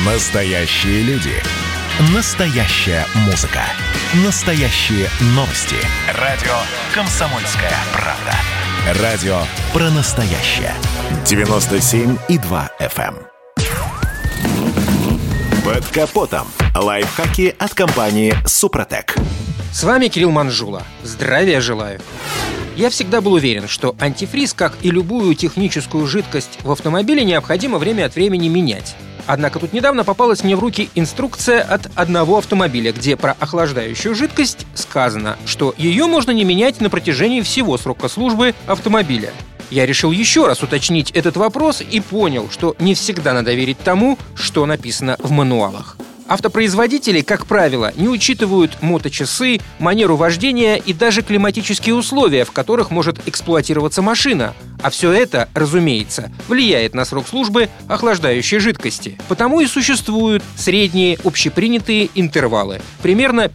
Настоящие люди. Настоящая музыка. Настоящие новости. Радио «Комсомольская правда». Радио про настоящее. 97,2 FM. Под капотом. Лайфхаки от компании «Супротек». С вами Кирилл Манжула. Здравия желаю. Я всегда был уверен, что антифриз, как и любую техническую жидкость в автомобиле, необходимо время от времени менять. Однако тут недавно попалась мне в руки инструкция от одного автомобиля, где про охлаждающую жидкость сказано, что ее можно не менять на протяжении всего срока службы автомобиля. Я решил еще раз уточнить этот вопрос и понял, что не всегда надо верить тому, что написано в мануалах. Автопроизводители, как правило, не учитывают моточасы, манеру вождения и даже климатические условия, в которых может эксплуатироваться машина. А все это, разумеется, влияет на срок службы охлаждающей жидкости. Потому и существуют средние общепринятые интервалы. Примерно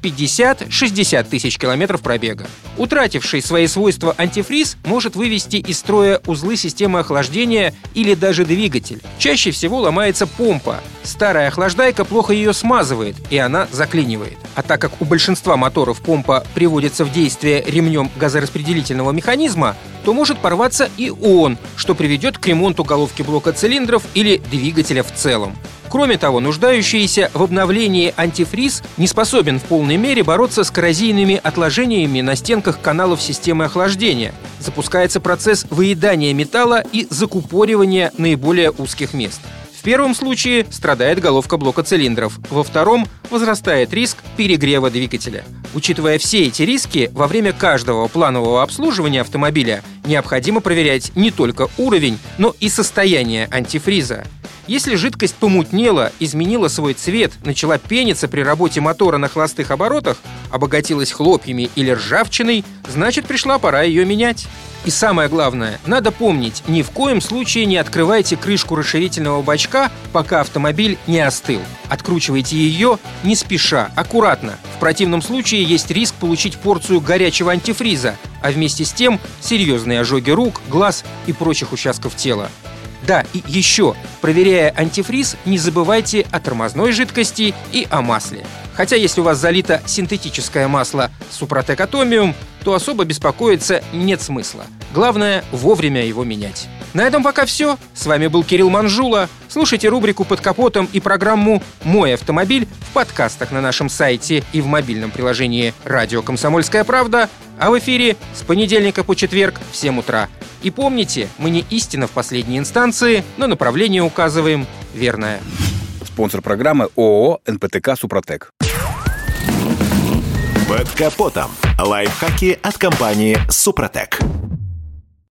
50-60 тысяч километров пробега. Утративший свои свойства антифриз может вывести из строя узлы системы охлаждения или даже двигатель. Чаще всего ломается помпа. Старая охлаждайка плохо ее смазывает, и она заклинивает. А так как у большинства моторов помпа приводится в действие ремнем газораспределительного механизма, то может порваться и он, что приведет к ремонту головки блока цилиндров или двигателя в целом. Кроме того, нуждающийся в обновлении антифриз не способен в полной мере бороться с коррозийными отложениями на стенках каналов системы охлаждения. Запускается процесс выедания металла и закупоривания наиболее узких мест. В первом случае страдает головка блока цилиндров, во втором возрастает риск перегрева двигателя. Учитывая все эти риски, во время каждого планового обслуживания автомобиля необходимо проверять не только уровень, но и состояние антифриза. Если жидкость помутнела, изменила свой цвет, начала пениться при работе мотора на холостых оборотах, обогатилась хлопьями или ржавчиной, значит, пришла пора ее менять. И самое главное, надо помнить, ни в коем случае не открывайте крышку расширительного бачка, пока автомобиль не остыл. Откручивайте ее не спеша, аккуратно. В противном случае есть риск получить порцию горячего антифриза, а вместе с тем серьезные ожоги рук, глаз и прочих участков тела. Да, и еще, проверяя антифриз, не забывайте о тормозной жидкости и о масле. Хотя если у вас залито синтетическое масло Супротек Атомиум, то особо беспокоиться нет смысла. Главное, вовремя его менять. На этом пока все. С вами был Кирилл Манжула. Слушайте рубрику «Под капотом» и программу «Мой автомобиль» в подкастах на нашем сайте и в мобильном приложении «Радио Комсомольская правда», а в эфире с понедельника по четверг в 7 утра. И помните, мы не истина в последней инстанции, но направление указываем верное. Спонсор программы ООО «НПТК Супротек». Под капотом. Лайфхаки от компании «Супротек».